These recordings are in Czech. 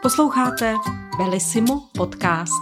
Posloucháte Bellissimo podcast.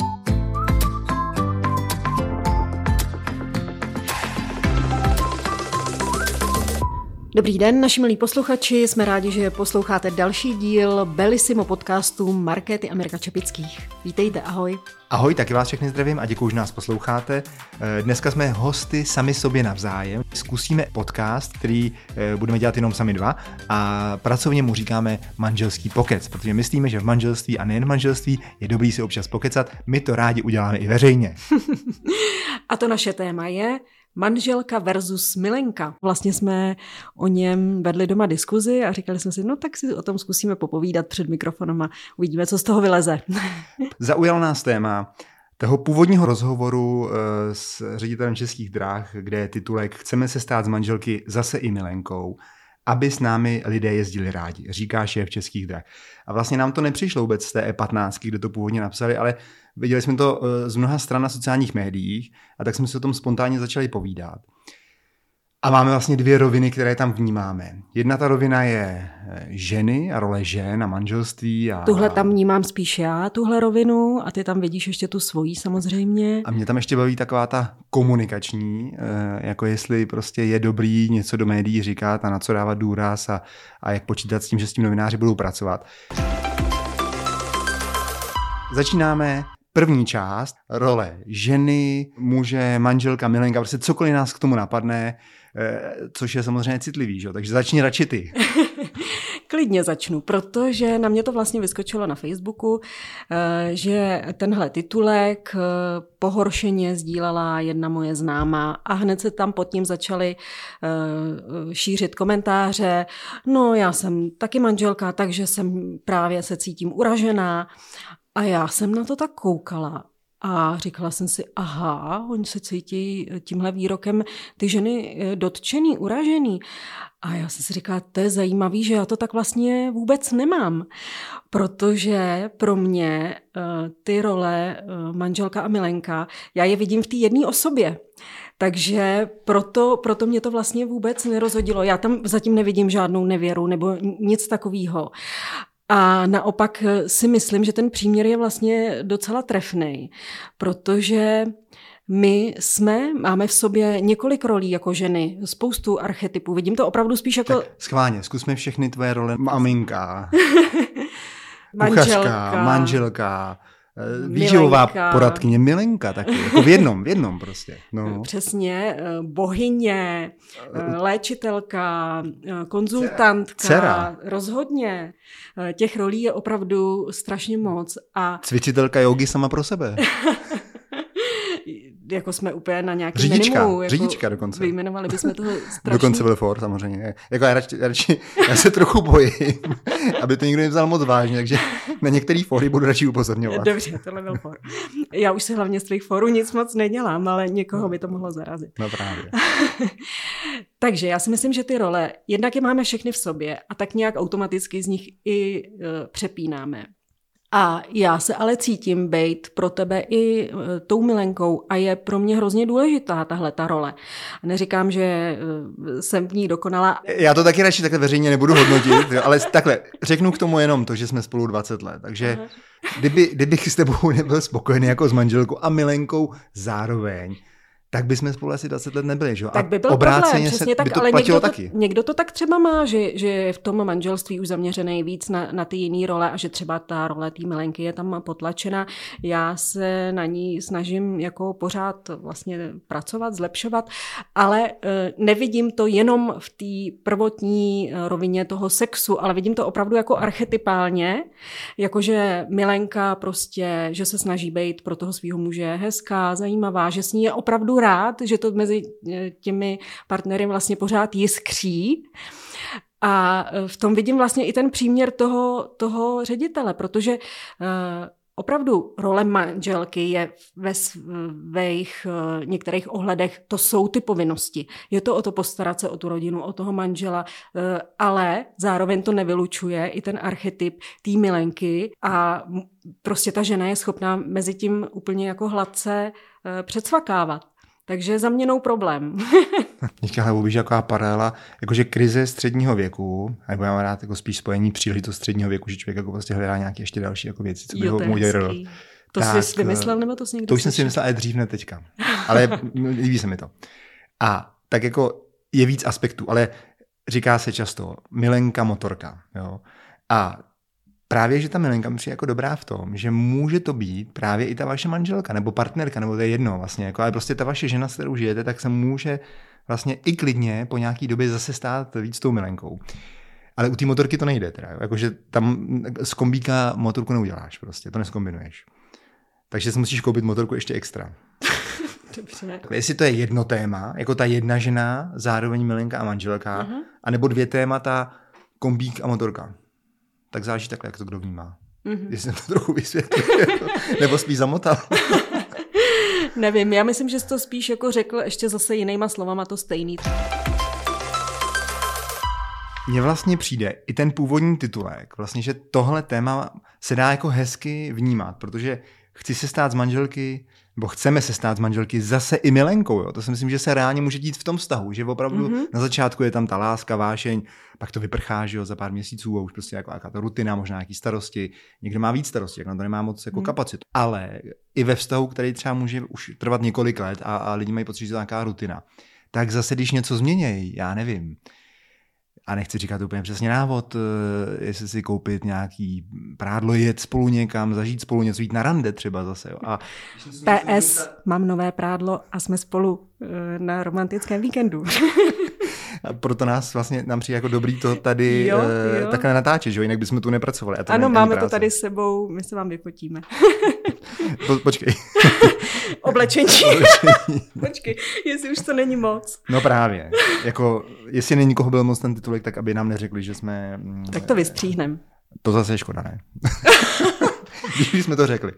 Dobrý den, naši milí posluchači, jsme rádi, že posloucháte další díl Bellissimo podcastu Markéty a Mirka Čepických. Vítejte, ahoj. Ahoj, taky vás všechny zdravím a děkuji, že nás posloucháte. Dneska jsme hosty sami sobě navzájem. Zkusíme podcast, který budeme dělat jenom sami dva a pracovně mu říkáme manželský pokec, protože myslíme, že v manželství a nejen v manželství je dobrý si občas pokecat. My to rádi uděláme i veřejně. A to naše téma je manželka versus milenka. Vlastně jsme o něm vedli doma diskuzi a říkali jsme si, no tak si o tom zkusíme popovídat před mikrofonem a uvidíme, co z toho vyleze. Zaujalo nás téma toho původního rozhovoru s ředitelem Českých drah, kde je titulek Chceme se stát z manželky zase i milenkou, aby s námi lidé jezdili rádi, říká šéf Českých drah. A vlastně nám to nepřišlo vůbec z té E15, kde to původně napsali, ale viděli jsme to z mnoha stran na sociálních médiích a tak jsme se o tom spontánně začali povídat. A máme vlastně dvě roviny, které tam vnímáme. Jedna ta rovina je ženy a role žen a manželství. Tuhle tam vnímám spíš já, tuhle rovinu, a ty tam vidíš ještě tu svojí samozřejmě. A mě tam ještě baví taková ta komunikační, jako jestli prostě je dobrý něco do médií říkat a na co dávat důraz a jak počítat s tím, že s tím novináři budou pracovat. Začínáme první část, role ženy, muže, manželka, milenka, prostě cokoliv nás k tomu napadne, což je samozřejmě citlivý, že? Takže začni radši ty. Klidně začnu, protože na mě to vlastně vyskočilo na Facebooku, že tenhle titulek pohoršeně sdílela jedna moje známá a hned se tam pod tím začaly šířit komentáře. No, já jsem taky manželka, takže jsem právě se cítím uražená. A já jsem na to tak koukala a říkala jsem si, aha, oni se cítí tímhle výrokem ty ženy dotčený, uražený. A já jsem si říkala, to je zajímavý, že já to tak vlastně vůbec nemám, protože pro mě ty role manželka a milenka, já je vidím v té jedné osobě. Takže proto mě to vlastně vůbec nerozhodilo. Já tam zatím nevidím žádnou nevěru nebo nic takového. A naopak si myslím, že ten příměr je vlastně docela trefnej, protože my máme v sobě několik rolí jako ženy, spoustu archetypů. Vidím to opravdu spíš jako... Tak schválně, zkusme všechny tvoje role. Maminka, kuchařka, manželka, výživová poradkyně, milenka taky, jako v jednom prostě. No. Přesně, bohyně, léčitelka, konzultantka, dcera. Rozhodně. Těch rolí je opravdu strašně moc. A cvičitelka jógy sama pro sebe. Jako jsme úplně na nějaký minimu. Řidička dokonce. Vyjmenovali bychom toho strašně. Dokonce byl for, samozřejmě. Jako já se trochu bojím, aby to nikdo nevzal moc vážně, takže na některý fory budu radši upozorňovat. Dobře, tohle byl for. Já už si hlavně z tvých forů nic moc nedělám, ale někoho by to mohlo zarazit. No právě. Takže já si myslím, že ty role, jednak je máme všechny v sobě a tak nějak automaticky z nich i přepínáme. A já se ale cítím bejt pro tebe i tou milenkou a je pro mě hrozně důležitá tahle ta role. Neříkám, že jsem v ní dokonala. Já to taky radši takhle veřejně nebudu hodnotit, ale takhle řeknu k tomu jenom to, že jsme spolu 20 let. Takže kdybych s tebou nebyl spokojený jako s manželkou a milenkou zároveň, tak bychom spolu asi 20 let nebyli, že? Tak by byl problém, přesně tak, by to ale taky. Někdo to tak třeba má, že je v tom manželství už zaměřený víc na ty jiný role a že třeba ta role té milenky je tam potlačena. Já se na ní snažím jako pořád vlastně pracovat, zlepšovat, ale nevidím to jenom v té prvotní rovině toho sexu, ale vidím to opravdu jako archetypálně, jakože milenka prostě, že se snaží být pro toho svého muže hezká, zajímavá, že s ní je opravdu rád, že to mezi těmi partnery vlastně pořád jiskří. A v tom vidím vlastně i ten příměr toho ředitele, protože opravdu role manželky je ve svých některých ohledech, to jsou ty povinnosti. Je to o to postarat se o tu rodinu, o toho manžela, ale zároveň to nevylučuje i ten archetyp té milenky a prostě ta žena je schopná mezi tím úplně jako hladce předsvakávat. Takže za mě no problém. Teďka hlavou běží taková paralela, jakože krize středního věku, nebo já mám rád jako spíš spojení příležitost středního věku, že člověk jako vlastně hledá nějaké ještě další jako věci, co by ho udělalo. To tak, jsi vymyslel, nebo to jsi někdo To už jsem si vymyslel, ale dřív ne teďka. Ale líbí se mi to. A tak jako je víc aspektů, ale říká se často milenka, motorka. Jo? A právě, že ta milenka mi přijde jako dobrá v tom, že může to být právě i ta vaše manželka nebo partnerka, nebo to je jedno vlastně, jako, ale prostě ta vaše žena, s kterou žijete, tak se může vlastně i klidně po nějaký době zase stát víc tou milenkou. Ale u té motorky to nejde teda, jakože tam z kombíka motorku neuděláš prostě, to neskombinuješ. Takže si musíš koupit motorku ještě extra. Dobře. Jestli to je jedno téma, jako ta jedna žena, zároveň milenka a manželka, anebo 2 témata, kombík a motorka. Tak záleží takhle, jak to kdo vnímá. Jestli jsem to trochu vysvětlil, nebo spíš zamotal. Nevím, já myslím, že jsi to spíš jako řekl ještě zase jinýma slovama to stejný. Mně vlastně přijde i ten původní titulek, vlastně, že tohle téma se dá jako hezky vnímat, protože chci se stát z manželky, nebo chceme se stát z manželky zase i milenkou. Jo? To si myslím, že se reálně může dít v tom vztahu, že opravdu na začátku je tam ta láska, vášeň, pak to vyprchá, že jo, za pár měsíců a už prostě jako ta rutina, možná nějaký starosti. Někdo má víc starosti, jak na to nemá moc jako kapacitu. Ale i ve vztahu, který třeba může už trvat několik let a lidi mají pocit, že to je nějaká rutina, tak zase, když něco změnějí, já nevím, a nechci říkat úplně přesně návod, jestli si koupit nějaký prádlo, jet spolu někam, zažít spolu něco, jít na rande třeba zase. Jo. A PS, mám nové prádlo a jsme spolu na romantickém víkendu. A proto nám přijde jako dobrý to tady takhle natáčet, že jo, jinak bychom tu nepracovali. A to ano, máme to tady s sebou, my se vám vyfotíme. Počkej. Oblečení. Počkej, jestli už to není moc. No právě. Jako, jestli není koho byl moc ten titulek, tak aby nám neřekli, že jsme... Tak to vystříhnem. To zase je škoda, ne? Když jsme to řekli.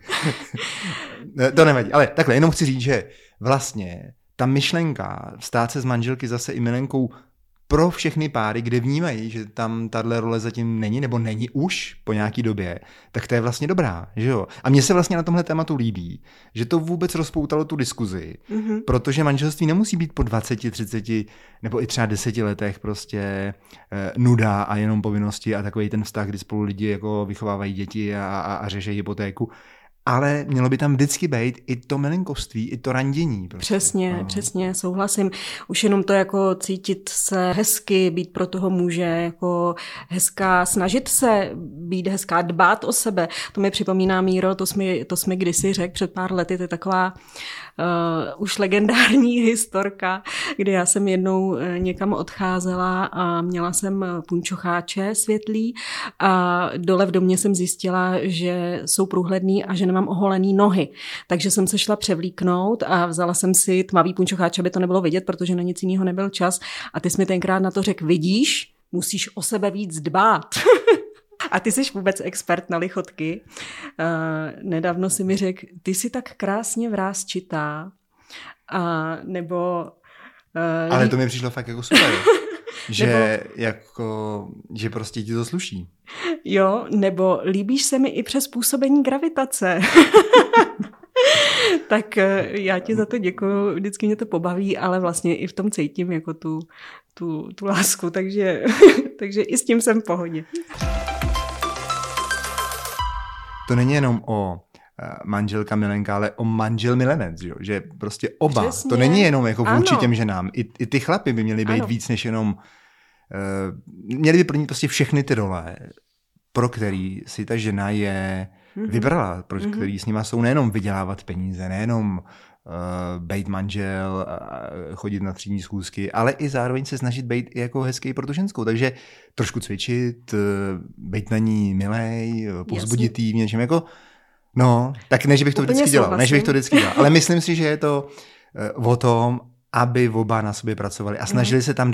To nevadí. Ale takhle, jenom chci říct, že vlastně ta myšlenka vstát se z manželky zase i milenkou pro všechny páry, kde vnímají, že tam tahle role zatím není, nebo není už po nějaký době, tak to je vlastně dobrá, že jo? A mně se vlastně na tomhle tématu líbí, že to vůbec rozpoutalo tu diskuzi, protože manželství nemusí být po 20, 30 nebo i třeba 10 letech prostě nuda a jenom povinnosti a takový ten vztah, kdy spolu lidi jako vychovávají děti a řeší hypotéku. Ale mělo by tam vždycky být i to milenkovství, i to randění. Prostě. Přesně, souhlasím. Už jenom to jako cítit se hezky, být pro toho muže jako hezká, snažit se být hezká, dbát o sebe. To mi připomíná, Míro, to jsme kdysi řekl před pár lety, to je taková už legendární historka, kdy já jsem jednou někam odcházela a měla jsem punčocháče světlý a dole v domě jsem zjistila, že jsou průhledný a že nemám oholený nohy. Takže jsem se šla převlíknout a vzala jsem si tmavý punčocháč, aby to nebylo vidět, protože na nic jiného nebyl čas. A ty jsi mi tenkrát na to řekl, vidíš, musíš o sebe víc dbát. A ty jsi vůbec expert na lichotky. Nedávno si mi řekl, ty jsi tak krásně vrásčitá. Ale to mi přišlo fakt jako super. že prostě ti to sluší. Jo, nebo líbíš se mi i přes působení gravitace. Tak já ti za to děkuju, vždycky mě to pobaví, ale vlastně i v tom cítím jako tu lásku, takže i s tím jsem v pohodě. To není jenom o manželka milenka, ale o manžel milenec, že prostě oba. Přesně. To není jenom jako vůči těm ženám. I ty chlapy by měly být víc než jenom měly by plnit prostě všechny ty role, pro který si ta žena je vybrala, pro který s nima jsou nejenom vydělávat peníze, nejenom bejt manžel, chodit na třídní schůzky, ale i zároveň se snažit bejt i jako hezký pro tu ženskou. Takže trošku cvičit, bejt na ní milej, povzbudit jí v něčem jako no, tak ne, že bych to vždycky dělal, ale myslím si, že je to o tom, aby oba na sobě pracovali a snažili se tam dát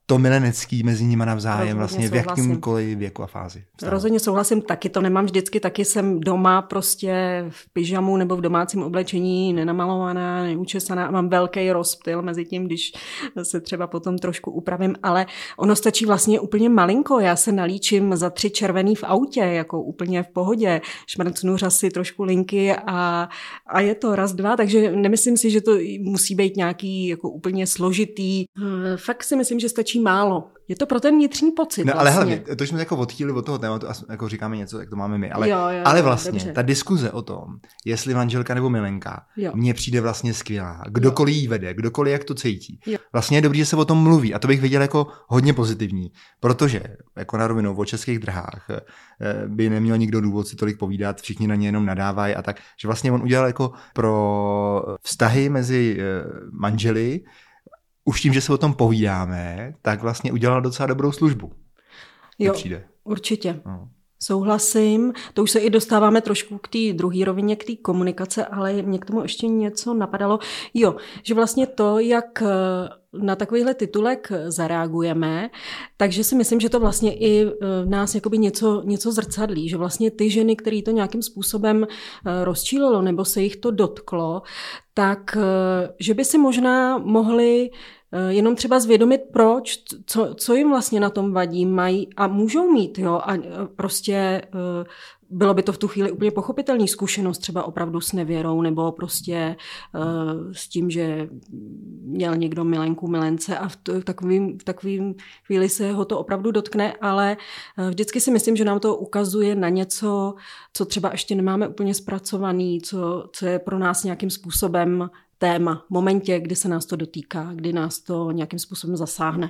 to milenecký mezi nimi navzájem Rozhodně vlastně v jakýmkoliv věku a fázi. Rozhodně souhlasím, taky to nemám vždycky, taky jsem doma prostě v pyžamu nebo v domácím oblečení, nenamalovaná, neučesaná a mám velký rozptyl mezi tím, když se třeba potom trošku upravím, ale ono stačí vlastně úplně malinko, já se nalíčím za 3 červený v autě, jako úplně v pohodě, šmrcnu řasy, trošku linky a je to raz, dva, takže nemyslím si, že to musí být nějaký jako úplně složitý. Fakt si myslím, že stačí málo. Je to pro ten vnitřní pocit. No, vlastně. ale hlavně, to jsme jako odchýlili od toho tématu a jako říkáme něco, jak to máme my. Ale, jo, ale vlastně dobře. ta diskuze o tom, jestli manželka nebo milenka, mně přijde vlastně skvělá. Kdokoliv jí vede, kdokoliv jak to cítí. Jo. Vlastně je dobrý, že se o tom mluví a to bych viděl jako hodně pozitivní, protože jako na rovinu o Českých dráhách by neměl nikdo důvod si tolik povídat, všichni na ně jenom nadávají a tak, že vlastně on udělal jako pro vztahy mezi manželi už tím, že se o tom povídáme, tak vlastně udělal docela dobrou službu. Jo, přijde. určitě. No. Souhlasím. To už se i dostáváme trošku k té druhé rovině, k té komunikace, ale mě k tomu ještě něco napadalo. Jo, že vlastně to, jak na takovýhle titulek zareagujeme, takže si myslím, že to vlastně i v nás jakoby něco zrcadlí, že vlastně ty ženy, které to nějakým způsobem rozčílilo nebo se jich to dotklo, tak že by si možná mohli jenom třeba zvědomit, proč, co jim vlastně na tom vadí, mají a můžou mít, jo, a prostě bylo by to v tu chvíli úplně pochopitelný zkušenost třeba opravdu s nevěrou nebo prostě s tím, že měl někdo milenku, milence a v takovým chvíli se ho to opravdu dotkne, ale vždycky si myslím, že nám to ukazuje na něco, co třeba ještě nemáme úplně zpracovaný, co je pro nás nějakým způsobem téma, v momentě, kdy se nás to dotýká, kdy nás to nějakým způsobem zasáhne.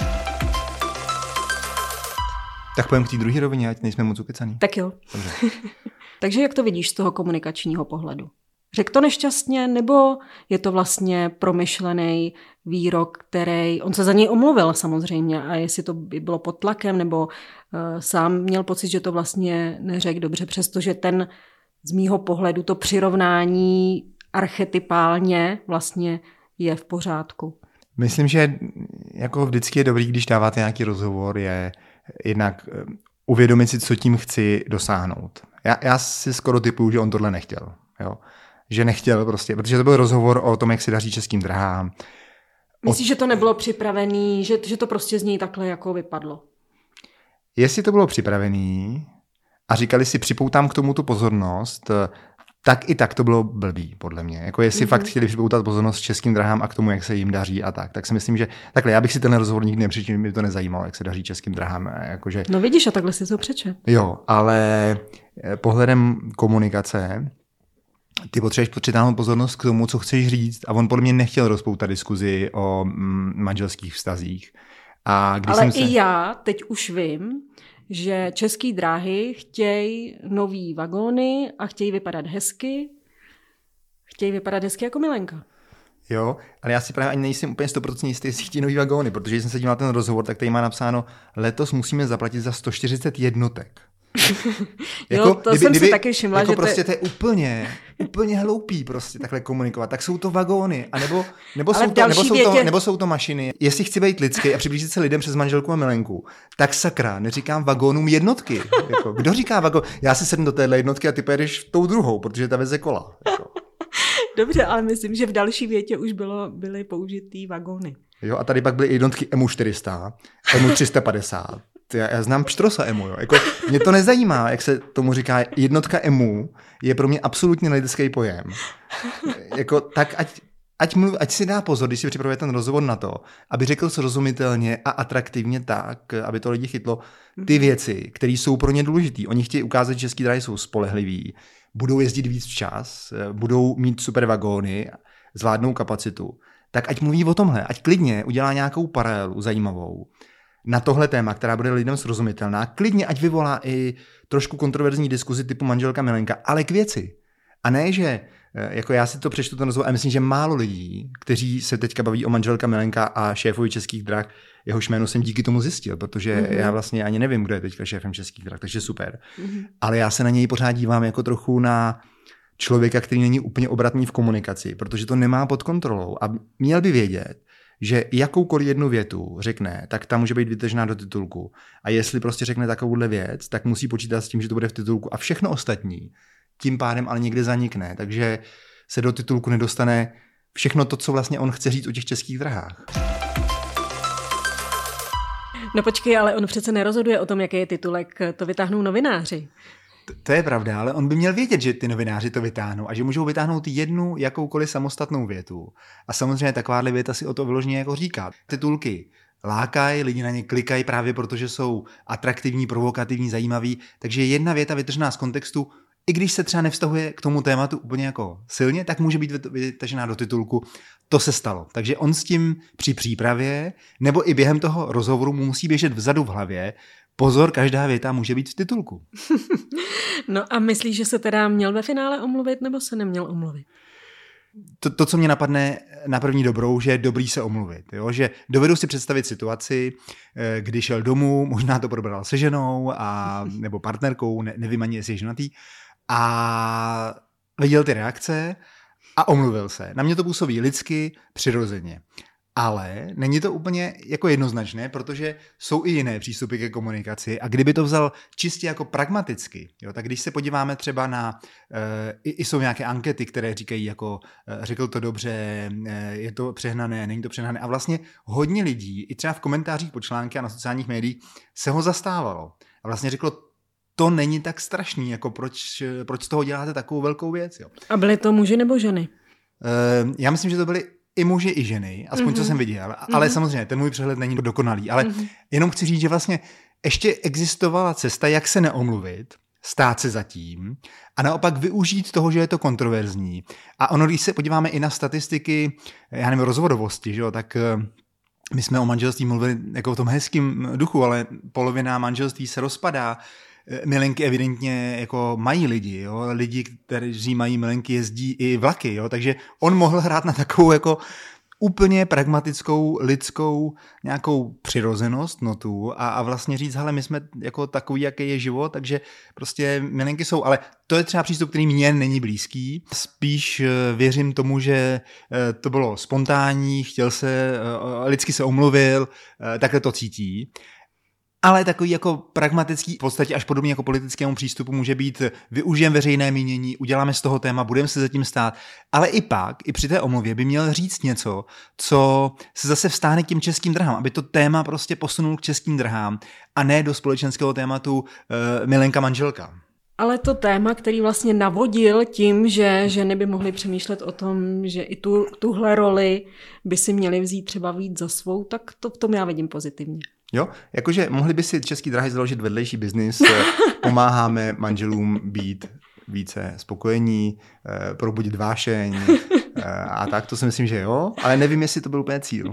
Tak pojďme k té druhé rovině, ať nejsme moc ukecaný. Tak jo. Takže jak to vidíš z toho komunikačního pohledu? Řekl to nešťastně, nebo je to vlastně promyšlený výrok, který, on se za něj omluvil samozřejmě, a jestli to by bylo pod tlakem, nebo sám měl pocit, že to vlastně neřekl dobře, přestože ten z mýho pohledu to přirovnání archetypálně vlastně je v pořádku. Myslím, že jako vždycky je dobrý, když dáváte nějaký rozhovor, je jednak uvědomit si, co tím chci dosáhnout. Já si skoro typuju, že on tohle nechtěl. Jo? Že nechtěl prostě, protože to byl rozhovor o tom, jak se daří Českým dráhám. Myslíš, že to nebylo připravený, že to prostě z něj takhle jako vypadlo? Jestli to bylo připravený a říkali si, připoutám k tomu tu pozornost, tak i tak to bylo blbý, podle mě. Jako jestli fakt chtěli připoutat pozornost Českým dráhám a k tomu, jak se jim daří a tak si myslím, že takhle, já bych si tenhle rozhovor nikdy nepřečetl, mě to nezajímalo, jak se daří Českým dráhám. Jakože... No vidíš, a takhle si to přečet. Jo, ale pohledem komunikace ty potřebuješ přitáhnout pozornost k tomu, co chceš říct, a on podle mě nechtěl rozpoutat diskuzi o manželských vztazích. A když ale i já teď už vím, že Český dráhy chtějí nový vagóny a chtějí vypadat hezky. Chtějí vypadat hezky jako milenka. Jo, ale já si právě ani nejsem úplně 100% jistý, jestli chtějí nový vagóny, protože jsem se díval na ten rozhovor, tak tady má napsáno, letos musíme zaplatit za 140 jednotek. Jako, jo, to jsem si taky všimla, jako že prostě to je úplně hloupý prostě takhle komunikovat. Tak jsou to vagóny, nebo jsou to mašiny. Jestli chci být lidský a přiblížit se lidem přes manželku a milenku, tak sakra, neříkám vagónům jednotky. Jako, kdo říká vagón? Já si sednu do téhle jednotky a ty pojedeš v tou druhou, protože ta veze kola. Jako. Dobře, ale myslím, že v další větě už byly použitý vagóny. Jo, a tady pak byly jednotky EMU 400, EMU 350. Já znám pštrosa EMU, jo. Jako, mě to nezajímá, jak se tomu říká. Jednotka EMU je pro mě absolutně nelidský pojem. Jako, tak ať si dá pozor, když si připravuje ten rozhovor na to, aby řekl srozumitelně a atraktivně tak, aby to lidi chytlo, ty věci, které jsou pro ně důležité. Oni chtějí ukázat, že Český dráhy jsou spolehliví, budou jezdit víc včas, budou mít super vagóny, zvládnou kapacitu. Tak ať mluví o tomhle, ať klidně udělá nějakou paralelu zajímavou na tohle téma, která bude lidem srozumitelná, klidně ať vyvolá i trošku kontroverzní diskuzi typu manželka milenka, ale k věci. A ne, že jako já si to přečtu ten rozhovor a myslím, že málo lidí, kteří se teďka baví o manželka milenka a šéfovi Českých drah, jehož jméno jsem díky tomu zjistil, protože já vlastně ani nevím, kdo je teďka šéfem Českých drah, takže super. Ale já se na něj pořád dívám jako trochu na člověka, který není úplně obratný v komunikaci, protože to nemá pod kontrolou a měl by vědět, že jakoukoliv jednu větu řekne, tak ta může být vytažená do titulku. A jestli prostě řekne takovouhle věc, tak musí počítat s tím, že to bude v titulku. A všechno ostatní tím pádem ale někde zanikne. Takže se do titulku nedostane všechno to, co vlastně on chce říct o těch Českých drahách. No počkej, ale on přece nerozhoduje o tom, jaký je titulek, to vytáhnou novináři. To je pravda, ale on by měl vědět, že ty novináři to vytáhnou a že můžou vytáhnout jednu jakoukoliv samostatnou větu. A samozřejmě takováhle věta si o to vyloženě jako říká. Titulky lákají, lidi na ně klikají právě protože jsou atraktivní, provokativní, zajímaví, takže jedna věta vytržená z kontextu, i když se třeba nevztahuje k tomu tématu úplně jako silně, tak může být vytažená do titulku. To se stalo. Takže on s tím při přípravě nebo i během toho rozhovoru mu musí běžet vzadu v hlavě. Pozor, každá věta může být v titulku. No a myslíš, že se teda měl ve finále omluvit nebo se neměl omluvit? To, co mě napadne na první dobrou, že je dobrý se omluvit. Jo? Že dovedu si představit situaci, kdy šel domů, možná to probral se ženou nebo partnerkou, nevím ani, jestli je ženatý, a viděl ty reakce a omluvil se. Na mě to působí lidsky, přirozeně. Ale není to úplně jako jednoznačné, protože jsou i jiné přístupy ke komunikaci a kdyby to vzal čistě jako pragmaticky, jo, tak když se podíváme třeba na, jsou nějaké ankety, které říkají jako řekl to dobře, je to přehnané, není to přehnané a vlastně hodně lidí, i třeba v komentářích pod články a na sociálních médiích se ho zastávalo a vlastně řeklo, to není tak strašný, jako proč z toho děláte takovou velkou věc. Jo. A byly to muži nebo ženy? Já myslím, že to byly i muži, i ženy, aspoň co jsem viděl. Ale samozřejmě, ten můj přehled není dokonalý. Ale jenom chci říct, že vlastně ještě existovala cesta, jak se neomluvit, stát se zatím a naopak využít toho, že je to kontroverzní. A ono, když se podíváme i na statistiky, já nevím, rozvodovosti, že jo, tak my jsme o manželství mluvili jako v tom hezkým duchu, ale polovina manželství se rozpadá. Milenky evidentně jako mají lidi, jo? Lidi, kteří mají milenky, jezdí i vlaky, jo? Takže on mohl hrát na takovou jako úplně pragmatickou, lidskou nějakou přirozenost notu a vlastně říct, hele, my jsme jako takový, jaký je život, takže prostě milenky jsou, ale to je třeba přístup, který mně není blízký. Spíš věřím tomu, že to bylo spontánní, lidsky se omluvil, takhle to cítí. Ale takový jako pragmatický, v podstatě až podobně jako politickému přístupu může být využijeme veřejné mínění, uděláme z toho téma, budeme se zatím stát, ale i pak, i při té omluvě by měl říct něco, co se zase vztáhne k těm Českým dráhám, aby to téma prostě posunul k Českým dráhám a ne do společenského tématu milenka manželka. Ale to téma, který vlastně navodil tím, že ženy by mohly přemýšlet o tom, že i tuhle roli by si měly vzít třeba víc za svou, tak to v tom já vidím pozitivně. Jo, jakože mohli by si Český dráhy založit vedlejší biznis, pomáháme manželům být více spokojení, probudit vášeň a tak, to si myslím, že jo, ale nevím, jestli to byl úplně cíl.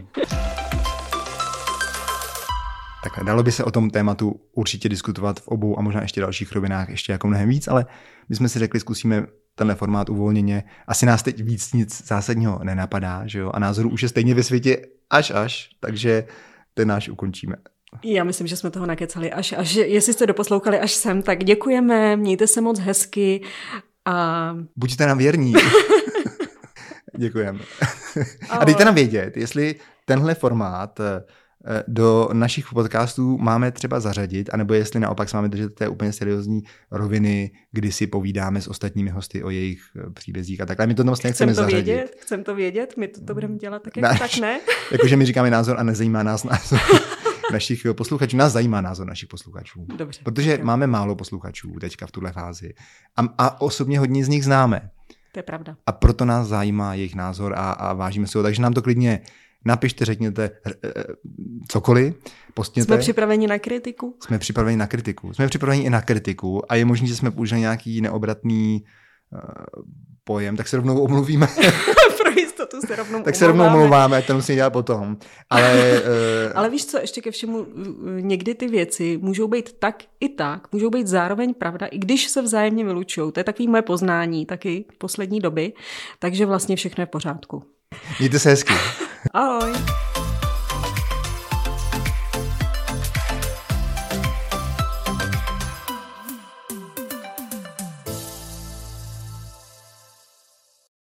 Tak dalo by se o tom tématu určitě diskutovat v obou a možná ještě dalších rovinách ještě jako mnohem víc, ale my jsme si řekli, zkusíme tenhle formát uvolněně. Asi nás teď víc nic zásadního nenapadá, že jo, a názorů už je stejně ve světě až, takže ten náš ukončíme. Já myslím, že jsme toho nakecali až. Jestli jste doposlouchali až sem, tak děkujeme, mějte se moc hezky a... Buďte nám věrní. Děkujeme. A dejte nám vědět, jestli tenhle formát do našich podcastů máme třeba zařadit, anebo jestli naopak s vámi držet té úplně seriózní roviny, kdy si povídáme s ostatními hosty o jejich příbězích a takhle. My to vlastně chceme zařadit. Chcem to vědět, my to budeme dělat tak, jak tak ne. Jakože my říkáme názor a nezajímá nás názor našich posluchačů. Nás zajímá názor našich posluchačů. Dobře. Protože máme málo posluchačů teďka v tuhle fázi. A osobně hodně z nich známe. To je pravda. A proto nás zajímá jejich názor a vážíme si ho. Takže nám to klidně napište, řekněte cokoliv, postněte. Jsme připraveni na kritiku? Jsme připraveni na kritiku. Jsme připraveni i na kritiku a je možné, že jsme použili nějaký neobratný pojem, tak se rovnou omluvíme. Pro jistotu se rovnou omlouváme. Tak se rovnou omlouváme, to musíme dělat potom. Ale víš co, ještě ke všemu, někdy ty věci můžou být tak i tak, můžou být zároveň pravda, i když se vzájemně vylučují. To je takový moje poznání taky poslední doby, takže vlastně všechno je v pořádku. Mějte se hezky. Ahoj.